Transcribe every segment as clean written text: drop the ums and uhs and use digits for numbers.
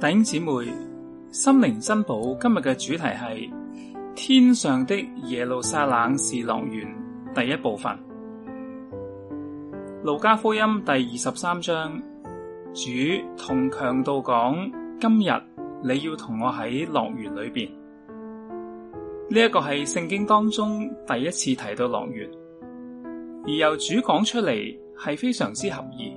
弟兄姊妹，心靈珍寶今日嘅主題係天上的耶路撒冷是樂園，第一部分。路加福音第23章，主同強盜講：今日你要同我喺樂園裏邊。呢一個係聖經當中第一次提到樂園，而由主講出嚟係非常之合意。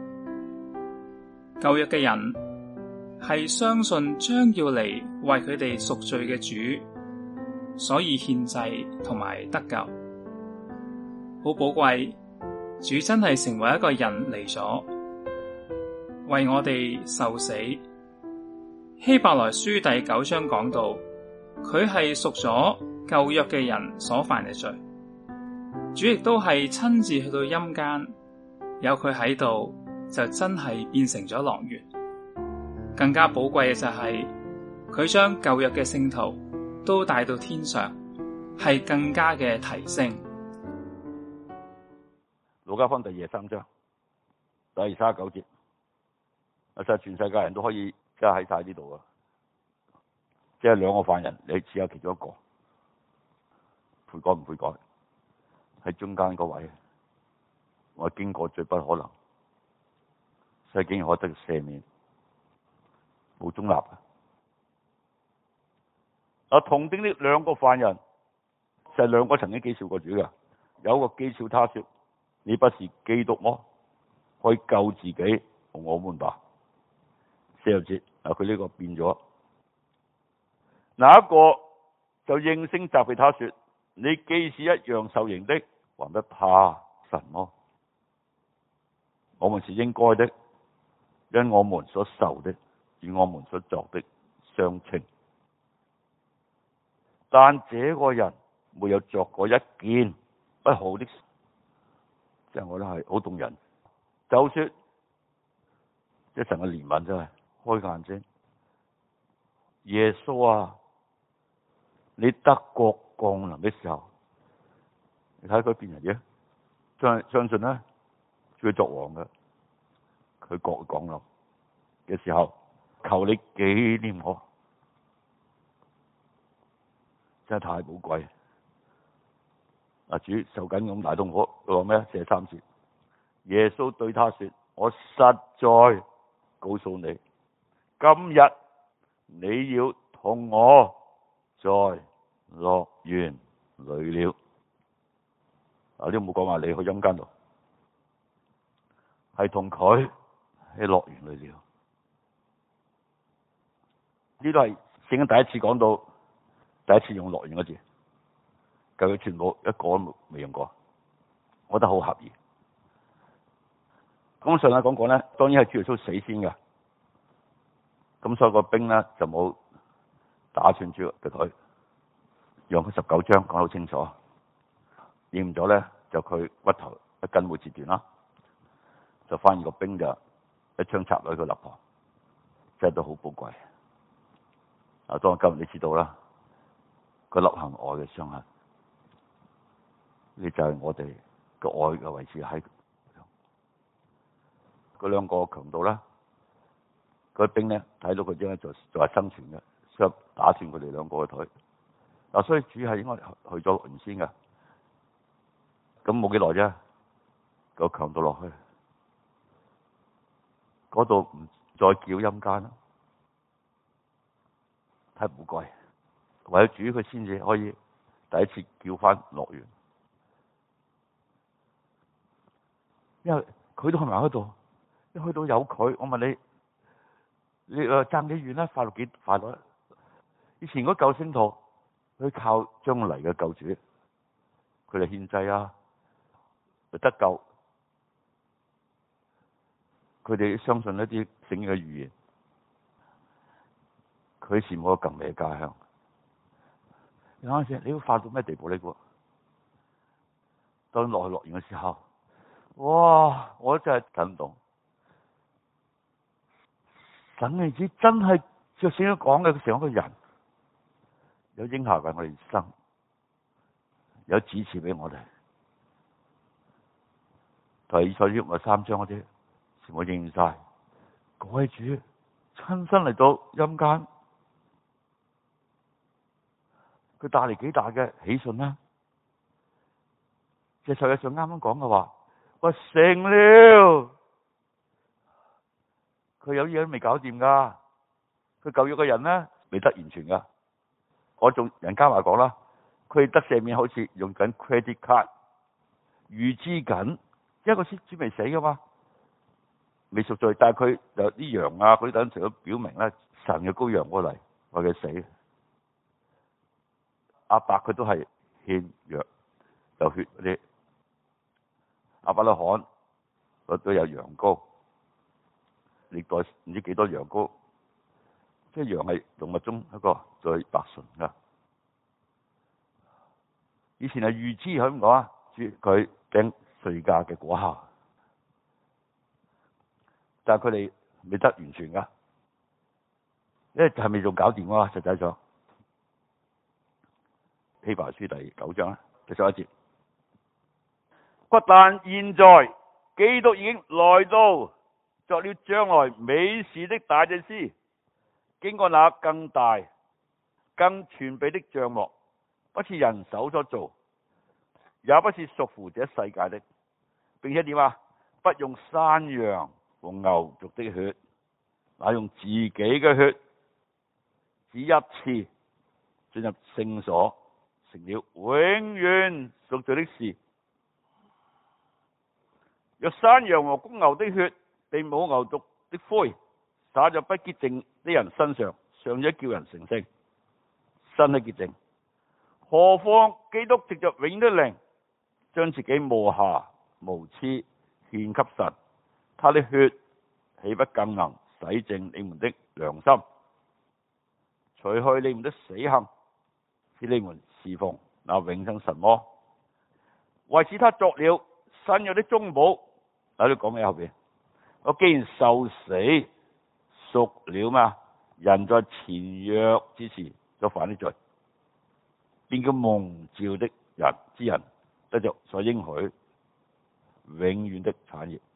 舊約嘅人係相信將要嚟為佢哋贖罪嘅主，所以獻祭同埋得救。好寶貴，主真係成為一個人嚟咗，為我哋受死。希伯來書第9章講到，佢係贖咗舊約嘅人所犯嘅罪。主亦都係親自去到陰間，有佢喺度，就真係變成咗樂園。更加寶貴嘅就係佢將舊約嘅聖徒都帶到天上，係更加嘅提升。 路加福音第23章第39節，其實全世界人都可以即係喺晒呢度啊！即係兩個犯人，你只有其中一個悔改唔悔改，喺中間個位，我經過最不可能，所以竟然可得赦免，冇中立嘅。同定呢兩個犯人，就係兩個曾經譏笑過主嘅，有一個譏笑他說：你不是基督麼？可以救自己和我們吧。40節，佢呢個變咗，那一個就應聲責備他說：你既是一樣受刑的，還不怕神麼？我們是應該的，因我們所受的與我們所作的相稱。但這個人沒有作過一件不好的事，即係我覺得係好動人。就說一神嘅憐憫真係開眼睛，耶穌啊，你得國降臨的時候，你睇佢變人嘅，相信咧，佢作王嘅，佢國降臨嘅時候，求你紀念我，真係太寶貴。主受緊咁大痛苦，佢話咩？43節，耶穌對他說：我實在告訴你，今日你要同我在樂園裏了。呢冇講話你去陰間度，係同佢喺樂園裏了。呢度係聖經第一次講到，第一次用樂園嗰字，舊約全部一個都未用過，我覺得好合意。咁上一講咧，當然係主耶穌死先嘅，咁所以個兵咧就冇打穿主嘅腿，讓佢19章講得好清楚，驗咗咧就佢骨頭一根會截斷啦，就翻個兵就一槍插落佢肋旁，真係都好寶貴。當今日你知道啦，個肋旁外嘅傷痕，呢就係我哋個愛嘅位置喺嗰兩個強盜啦。嗰兵咧睇到佢點樣就係生存嘅，所以打斷佢哋兩個嘅腿。所以主係應該去咗樂園先㗎。咁冇幾耐啫，個強盜落去嗰度唔再叫陰間啦，太寶貴。為咗主佢先至可以第一次叫翻樂園，因為佢都去埋嗰度，一去到有佢，我問你，你爭幾遠啦？快樂幾快樂？以前嗰舊聖徒，佢靠將來嘅救主，佢哋獻祭啊，就得救。佢哋相信一啲聖經嘅預言，佢羨慕個更美嘅家鄉。你諗下先，你要快到咩地步呢？當落去樂園嘅時候，哇！我真係感動。神兒子真係就聖經講嘅，佢成一個人，有嬰孩為我哋生，有子賜俾我哋。以賽亞書3章嗰啲全部應驗晒，嗰位主親親身嚟到陰間，佢帶嚟幾大嘅喜訊呢？就係上啱啱講嘅話，我成了，佢有嘢都未搞掂噶，佢舊約嘅人呢，未得完全噶。我仲人家話講啦，佢得赦免好似用緊 credit card 預知緊，一個先知未死噶嘛，未贖罪，但係佢有啲羊啊嗰啲等，除咗表明咧神嘅羔羊過嚟為佢死。亞伯佢都係獻羊有血嗰啲，亞伯拉罕佢都有羊羔，歷代唔知幾多羊羔，即係羊係動物中一個最白純噶。以前係預知佢咁講啊，佢頂歲價嘅果效，但係佢哋未得完全噶，因為係未仲搞掂啊。實際上希伯來書第9章第11節，不但現在基督已經來到，作了將來美事的大祭司，經過那更大更全備的帳幕，不是人手所造，也不是屬乎這世界的，並且點啊？不用山羊和牛犢的血，乃用自己嘅血，只一次進入聖所，成了永遠贖罪的事。若山羊和公牛的血並母牛犢的灰灑在不潔淨的人身上，尚且叫人成聖，身體潔淨，何況基督藉着永遠的靈，將自己無瑕無疵獻給神，他的血豈不更能洗淨你們的良心，除去你們的死行，使你們侍奉那永生神麼？為此他作了新約的中保。喺度講咩後邊？我既然受死贖了嘛，人在前約之時所犯的罪，便叫蒙召的人得着所應許永遠的產業。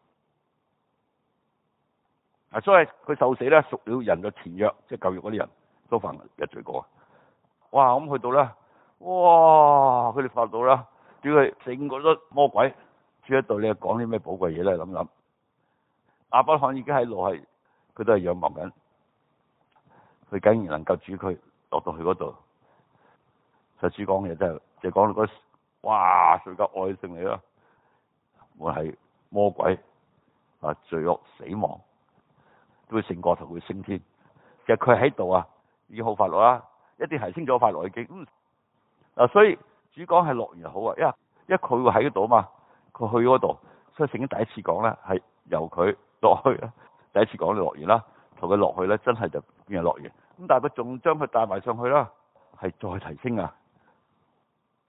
所以佢受死咧，贖了人嘅前約，即係舊約嗰啲人所犯嘅罪過。哇！咁去到咧，哇！佢哋發到啦，叫佢勝過咗魔鬼。主喺度，你講啲咩寶貴嘢咧？諗諗，亞伯拉罕已經喺度係，佢都係仰望緊，佢竟然能夠主佢落到去嗰度。就主講嘢真係，就講到嗰，哇！最夠愛性嚟啦，會係魔鬼啊，罪惡死亡都會勝過頭，會升天。其實佢喺度啊，已經好快樂啦，一定係升咗快樂已經。所以主講係樂園好啊，因為佢會喺嗰度嘛。佢去嗰度，所以聖經第一次講咧係由佢落去啦。第一次講嘅樂園啦，同佢落去咧，真係就變係樂園。咁但係佢仲將佢帶埋上去啦，係再提升啊！